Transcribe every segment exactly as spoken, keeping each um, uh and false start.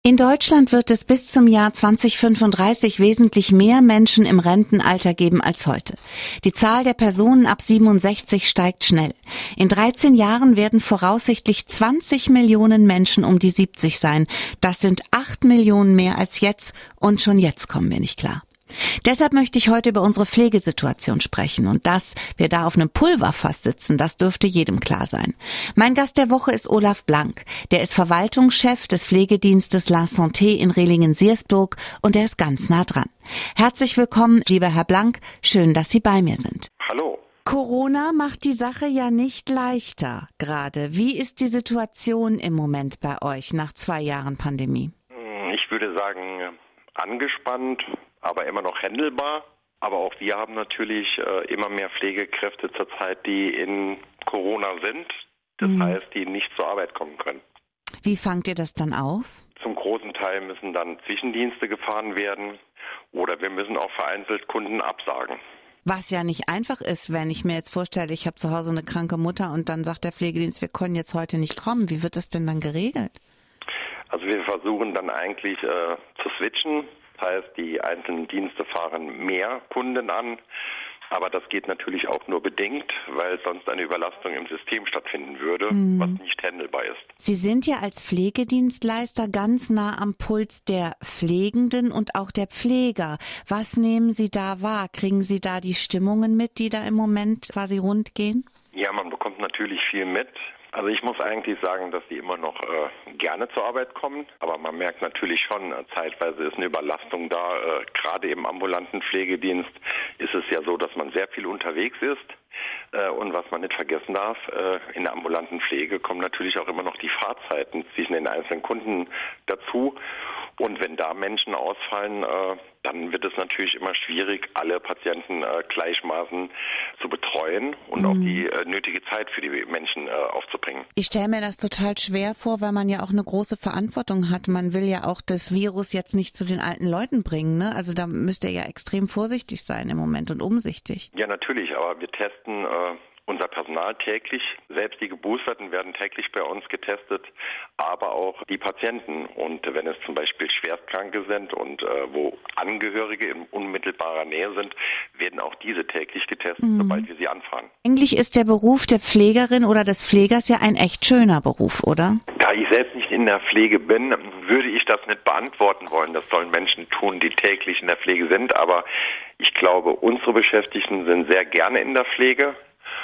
In Deutschland wird es bis zum Jahr zweitausendfünfunddreißig wesentlich mehr Menschen im Rentenalter geben als heute. Die Zahl der Personen ab siebenundsechzig steigt schnell. In dreizehn Jahren werden voraussichtlich zwanzig Millionen Menschen um die siebzig sein. Das sind acht Millionen mehr als jetzt und schon jetzt kommen wir nicht klar. Deshalb möchte ich heute über unsere Pflegesituation sprechen und dass wir da auf einem Pulverfass sitzen, das dürfte jedem klar sein. Mein Gast der Woche ist Olaf Blank. Der ist Verwaltungschef des Pflegedienstes La Santé in Rehlingen-Siersburg und er ist ganz nah dran. Herzlich willkommen, lieber Herr Blank. Schön, dass Sie bei mir sind. Hallo. Corona macht die Sache ja nicht leichter gerade. Wie ist die Situation im Moment bei euch nach zwei Jahren Pandemie? Ich würde sagen, angespannt, aber immer noch händelbar. Aber auch wir haben natürlich äh, immer mehr Pflegekräfte zurzeit, die in Corona sind. Das mhm. heißt, die nicht zur Arbeit kommen können. Wie fangt ihr das dann auf? Zum großen Teil müssen dann Zwischendienste gefahren werden oder wir müssen auch vereinzelt Kunden absagen. Was ja nicht einfach ist, wenn ich mir jetzt vorstelle, ich habe zu Hause eine kranke Mutter und dann sagt der Pflegedienst, wir können jetzt heute nicht kommen. Wie wird das denn dann geregelt? Also wir versuchen dann eigentlich äh, zu switchen. Das heißt, die einzelnen Dienste fahren mehr Kunden an, aber das geht natürlich auch nur bedingt, weil sonst eine Überlastung im System stattfinden würde, mhm. was nicht handelbar ist. Sie sind ja als Pflegedienstleister ganz nah am Puls der Pflegenden und auch der Pfleger. Was nehmen Sie da wahr? Kriegen Sie da die Stimmungen mit, die da im Moment quasi rund gehen? Ja, man bekommt natürlich viel mit. Also ich muss eigentlich sagen, dass die immer noch äh, gerne zur Arbeit kommen, aber man merkt natürlich schon, äh, zeitweise ist eine Überlastung da. Äh, gerade im ambulanten Pflegedienst ist es ja so, dass man sehr viel unterwegs ist. Äh, und was man nicht vergessen darf, äh, in der ambulanten Pflege kommen natürlich auch immer noch die Fahrzeiten zwischen den einzelnen Kunden dazu. Und wenn da Menschen ausfallen, äh, dann wird es natürlich immer schwierig, alle Patienten äh, gleichmaßen zu betreuen und mhm. auch die äh, nötige Zeit für die Menschen äh, aufzubringen. Ich stelle mir das total schwer vor, weil man ja auch eine große Verantwortung hat. Man will ja auch das Virus jetzt nicht zu den alten Leuten bringen, ne? Also da müsst ihr ja extrem vorsichtig sein im Moment und umsichtig. Ja, natürlich, aber wir testen äh, unser Personal täglich. Selbst die Geboosterten werden täglich bei uns getestet, aber auch die Patienten. Und wenn es zum Beispiel Schwerstkranke sind und äh, wo Angehörige in unmittelbarer Nähe sind, werden auch diese täglich getestet, mhm. sobald wir sie anfahren. Eigentlich ist der Beruf der Pflegerin oder des Pflegers ja ein echt schöner Beruf, oder? Da ich selbst nicht in der Pflege bin, würde ich das nicht beantworten wollen. Das sollen Menschen tun, die täglich in der Pflege sind. Aber ich glaube, unsere Beschäftigten sind sehr gerne in der Pflege.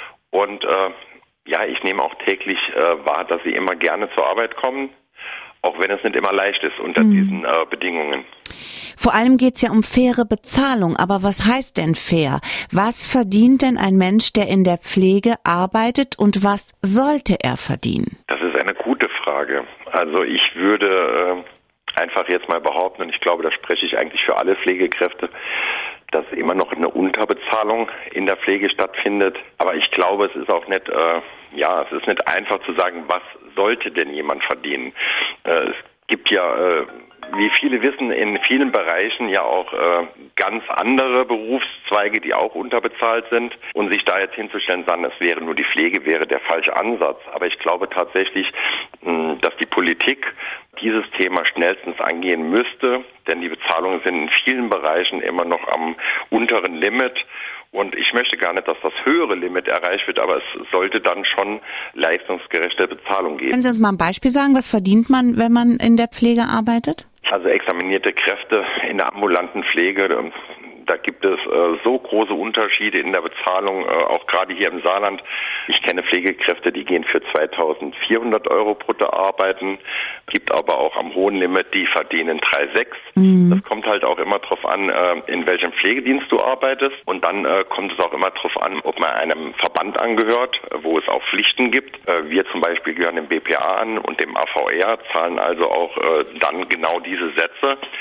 Und äh, ja, ich nehme auch täglich äh, wahr, dass sie immer gerne zur Arbeit kommen, auch wenn es nicht immer leicht ist unter mhm. diesen äh, Bedingungen. Vor allem geht's ja um faire Bezahlung. Aber was heißt denn fair? Was verdient denn ein Mensch, der in der Pflege arbeitet und was sollte er verdienen? Das ist eine gute Frage. Also ich würde äh, einfach jetzt mal behaupten, und ich glaube, da spreche ich eigentlich für alle Pflegekräfte, dass immer noch eine Unterbezahlung in der Pflege stattfindet. Aber ich glaube, es ist auch nicht, äh, ja, es ist nicht einfach zu sagen, was sollte denn jemand verdienen. Äh, es gibt ja, äh, wie viele wissen, in vielen Bereichen ja auch äh, ganz andere Berufszweige, die auch unterbezahlt sind. Und sich da jetzt hinzustellen, sagen, es wäre nur die Pflege, wäre der falsche Ansatz. Aber ich glaube tatsächlich, mh, dass die Politik dieses Thema schnellstens angehen müsste, denn die Bezahlungen sind in vielen Bereichen immer noch am unteren Limit. Und ich möchte gar nicht, dass das höhere Limit erreicht wird, aber es sollte dann schon leistungsgerechte Bezahlung geben. Können Sie uns mal ein Beispiel sagen, was verdient man, wenn man in der Pflege arbeitet? Also examinierte Kräfte in der ambulanten Pflege, da gibt es äh, so große Unterschiede in der Bezahlung, äh, auch gerade hier im Saarland. Ich kenne Pflegekräfte, die gehen für zweitausendvierhundert Euro brutto arbeiten, gibt aber auch am hohen Limit, die verdienen drei Komma sechs. Mhm. Das kommt halt auch immer drauf an, äh, in welchem Pflegedienst du arbeitest. Und dann äh, kommt es auch immer drauf an, ob man einem Verband angehört, wo es auch Pflichten gibt. Äh, wir zum Beispiel gehören dem B P A an und dem A V R, zahlen also auch äh, dann genau diese Sätze.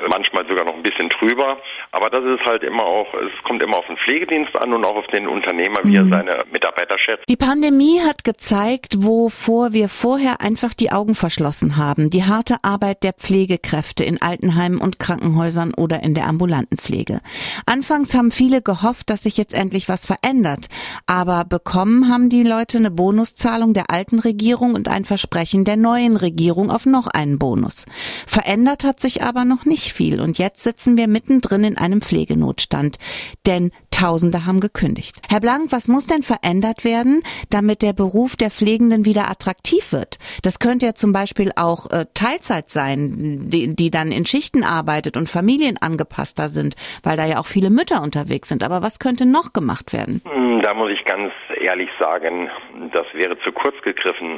manchmal sogar noch ein bisschen drüber. Aber das ist halt immer auch, es kommt immer auf den Pflegedienst an und auch auf den Unternehmer, wie er seine Mitarbeiter schätzt. Die Pandemie hat gezeigt, wovor wir vorher einfach die Augen verschlossen haben. Die harte Arbeit der Pflegekräfte in Altenheimen und Krankenhäusern oder in der ambulanten Pflege. Anfangs haben viele gehofft, dass sich jetzt endlich was verändert. Aber bekommen haben die Leute eine Bonuszahlung der alten Regierung und ein Versprechen der neuen Regierung auf noch einen Bonus. Verändert hat sich aber noch nicht viel. Und jetzt sitzen wir mittendrin in einem Pflegenotstand. Denn Tausende haben gekündigt. Herr Blank, was muss denn verändert werden, damit der Beruf der Pflegenden wieder attraktiv wird? Das könnte ja zum Beispiel auch äh, Teilzeit sein, die, die dann in Schichten arbeitet und familienangepasster sind, weil da ja auch viele Mütter unterwegs sind. Aber was könnte noch gemacht werden? Da muss ich ganz ehrlich sagen, das wäre zu kurz gegriffen.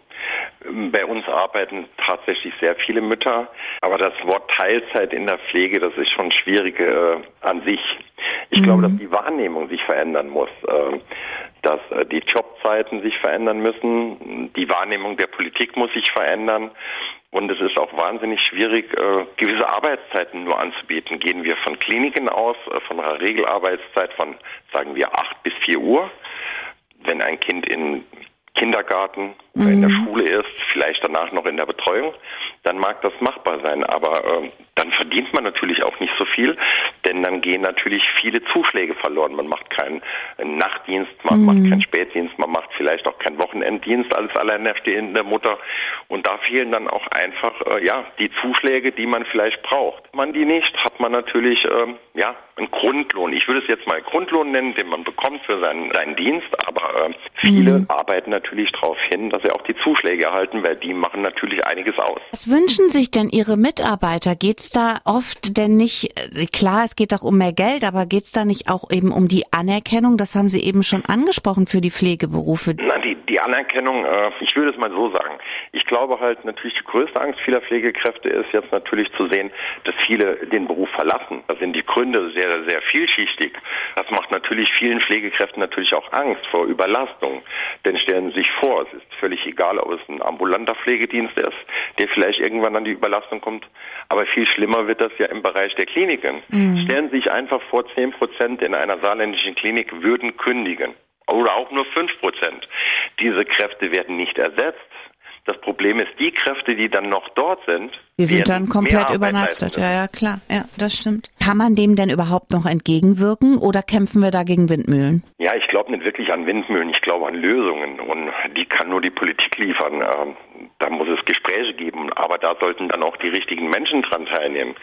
Bei uns arbeiten tatsächlich sehr viele Mütter, aber das Wort Teilzeit in der Pflege, das ist schon schwierig äh, an sich. Ich mhm. glaube, dass die Wahrnehmung sich verändern muss, äh, dass äh, die Jobzeiten sich verändern müssen, die Wahrnehmung der Politik muss sich verändern. Und es ist auch wahnsinnig schwierig, äh, gewisse Arbeitszeiten nur anzubieten. Gehen wir von Kliniken aus, äh, von einer Regelarbeitszeit von, sagen wir, acht bis vier Uhr. Wenn ein Kind in Kindergarten oder in der Schule ist, vielleicht danach noch in der Betreuung, dann mag das machbar sein. Aber äh, dann verdient man natürlich auch nicht so viel, denn dann gehen natürlich viele Zuschläge verloren. Man macht keinen Nachtdienst, man mhm. macht keinen Spätdienst, man macht vielleicht auch keinen Wochenenddienst als alleinerstehende Mutter. Und da fehlen dann auch einfach äh, ja die Zuschläge, die man vielleicht braucht. Hat man die nicht, hat man natürlich äh, ja einen Grundlohn. Ich würde es jetzt mal Grundlohn nennen, den man bekommt für seinen, seinen Dienst. Aber äh, viele mhm. arbeiten natürlich darauf hin, dass sie auch die Zuschläge erhalten, weil die machen natürlich einiges aus. Was wünschen sich denn Ihre Mitarbeiter? Geht's da oft denn nicht, klar, es geht auch um mehr Geld, aber geht's da nicht auch eben um die Anerkennung? Das haben Sie eben schon angesprochen für die Pflegeberufe. Na, die, die Anerkennung, äh, ich würde es mal so sagen. Ich glaube halt natürlich, die größte Angst vieler Pflegekräfte ist jetzt natürlich zu sehen, dass viele den Beruf verlassen. Da sind die Gründe sehr, sehr vielschichtig. Das macht natürlich vielen Pflegekräften natürlich auch Angst vor Überlastung. Denn stellen Sie sich vor, es ist völlig egal, ob es ein ambulanter Pflegedienst ist, der vielleicht irgendwann an die Überlastung kommt. Aber viel schlimmer wird das ja im Bereich der Kliniken. Mhm. Stellen Sie sich einfach vor, zehn Prozent in einer saarländischen Klinik würden kündigen. Oder auch nur fünf Prozent. Diese Kräfte werden nicht ersetzt. Das Problem ist, die Kräfte, die dann noch dort sind, die sind dann komplett überlastet. Ja, ja, klar. Ja, das stimmt. Kann man dem denn überhaupt noch entgegenwirken oder kämpfen wir da gegen Windmühlen? Ja, ich glaube nicht wirklich an Windmühlen. Ich glaube an Lösungen und die kann nur die Politik liefern. Da muss es Gespräche geben, aber da sollten dann auch die richtigen Menschen dran teilnehmen.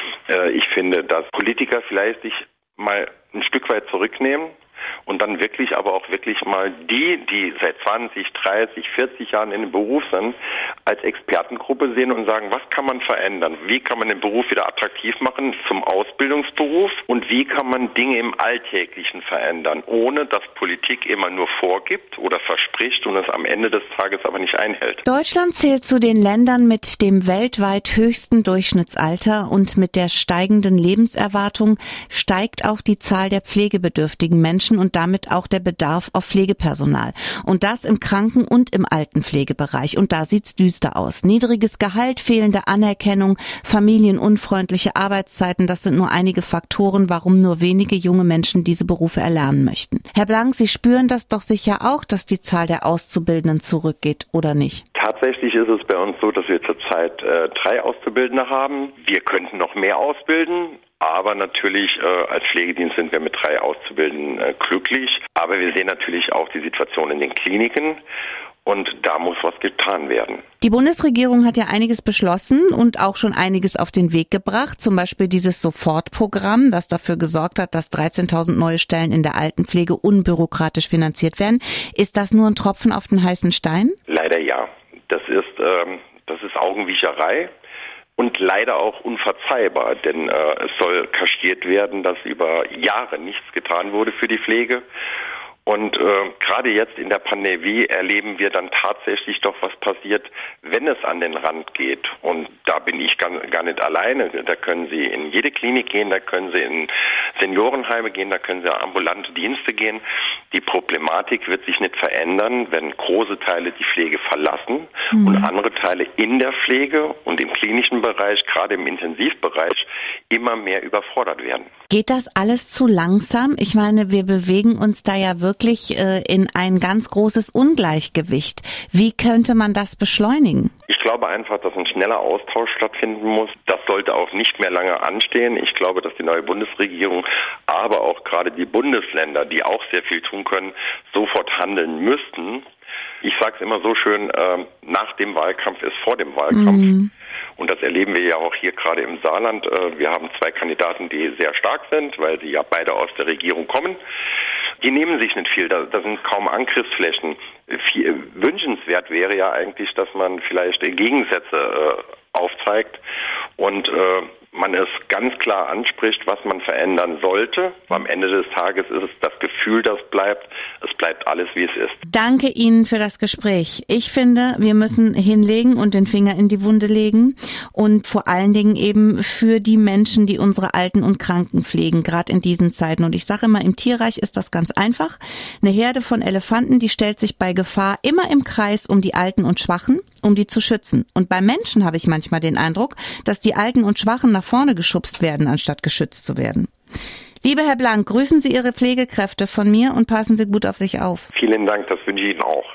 Ich finde, dass Politiker vielleicht sich mal ein Stück weit zurücknehmen und dann wirklich, aber auch wirklich mal die, die seit zwanzig, dreißig, vierzig Jahren in dem Beruf sind, als Expertengruppe sehen und sagen, was kann man verändern? Wie kann man den Beruf wieder attraktiv machen zum Ausbildungsberuf? Und wie kann man Dinge im Alltäglichen verändern, ohne dass Politik immer nur vorgibt oder verspricht und es am Ende des Tages aber nicht einhält? Deutschland zählt zu den Ländern mit dem weltweit höchsten Durchschnittsalter und mit der steigenden Lebenserwartung steigt auch die Zahl der pflegebedürftigen Menschen und damit auch der Bedarf auf Pflegepersonal. Und das im Kranken- und im Altenpflegebereich. Und da sieht's düster aus. Niedriges Gehalt, fehlende Anerkennung, familienunfreundliche Arbeitszeiten, das sind nur einige Faktoren, warum nur wenige junge Menschen diese Berufe erlernen möchten. Herr Blank, Sie spüren das doch sicher auch, dass die Zahl der Auszubildenden zurückgeht, oder nicht? Tatsächlich ist es bei uns so, dass wir zurzeit äh, drei Auszubildende haben. Wir könnten noch mehr ausbilden. Aber natürlich äh, als Pflegedienst sind wir mit drei Auszubildenden äh, glücklich. Aber wir sehen natürlich auch die Situation in den Kliniken und da muss was getan werden. Die Bundesregierung hat ja einiges beschlossen und auch schon einiges auf den Weg gebracht. Zum Beispiel dieses Sofortprogramm, das dafür gesorgt hat, dass dreizehntausend neue Stellen in der Altenpflege unbürokratisch finanziert werden. Ist das nur ein Tropfen auf den heißen Stein? Leider ja. Das ist, ähm, das ist Augenwischerei. Und leider auch unverzeihbar, denn äh, es soll kaschiert werden, dass über Jahre nichts getan wurde für die Pflege. Und äh, gerade jetzt in der Pandemie erleben wir dann tatsächlich doch, was passiert, wenn es an den Rand geht. Und da bin ich gar, gar nicht alleine. Da können Sie in jede Klinik gehen, da können Sie in Seniorenheime gehen, da können Sie in ambulante Dienste gehen. Die Problematik wird sich nicht verändern, wenn große Teile die Pflege verlassen mhm. und andere Teile in der Pflege und im klinischen Bereich, gerade im Intensivbereich, immer mehr überfordert werden. Geht das alles zu langsam? Ich meine, wir bewegen uns da ja wirklich äh, in ein ganz großes Ungleichgewicht. Wie könnte man das beschleunigen? Ich glaube einfach, dass ein schneller Austausch stattfinden muss. Das sollte auch nicht mehr lange anstehen. Ich glaube, dass die neue Bundesregierung, aber auch gerade die Bundesländer, die auch sehr viel tun können, sofort handeln müssten. Ich sage es immer so schön, äh, nach dem Wahlkampf ist vor dem Wahlkampf. Mhm. Und das erleben wir ja auch hier gerade im Saarland. Äh, wir haben zwei Kandidaten, die sehr stark sind, weil sie ja beide aus der Regierung kommen. Die nehmen sich nicht viel, da, da sind kaum Angriffsflächen. Viel, wünschenswert wäre ja eigentlich, dass man vielleicht Gegensätze äh, aufzeigt und äh, man es ganz klar anspricht, was man verändern sollte. Am Ende des Tages ist es das Gefühl, das bleibt. Es bleibt alles, wie es ist. Danke Ihnen für das Gespräch. Ich finde, wir müssen hinlegen und den Finger in die Wunde legen und vor allen Dingen eben für die Menschen, die unsere Alten und Kranken pflegen, gerade in diesen Zeiten. Und ich sage immer, im Tierreich ist das ganz einfach. Eine Herde von Elefanten, die stellt sich bei Gefahr immer im Kreis um die Alten und Schwachen, um die zu schützen. Und bei Menschen habe ich manchmal den Eindruck, dass die Alten und Schwachen nach vorne geschubst werden, anstatt geschützt zu werden. Lieber Herr Blank, grüßen Sie Ihre Pflegekräfte von mir und passen Sie gut auf sich auf. Vielen Dank, das wünsche ich Ihnen auch.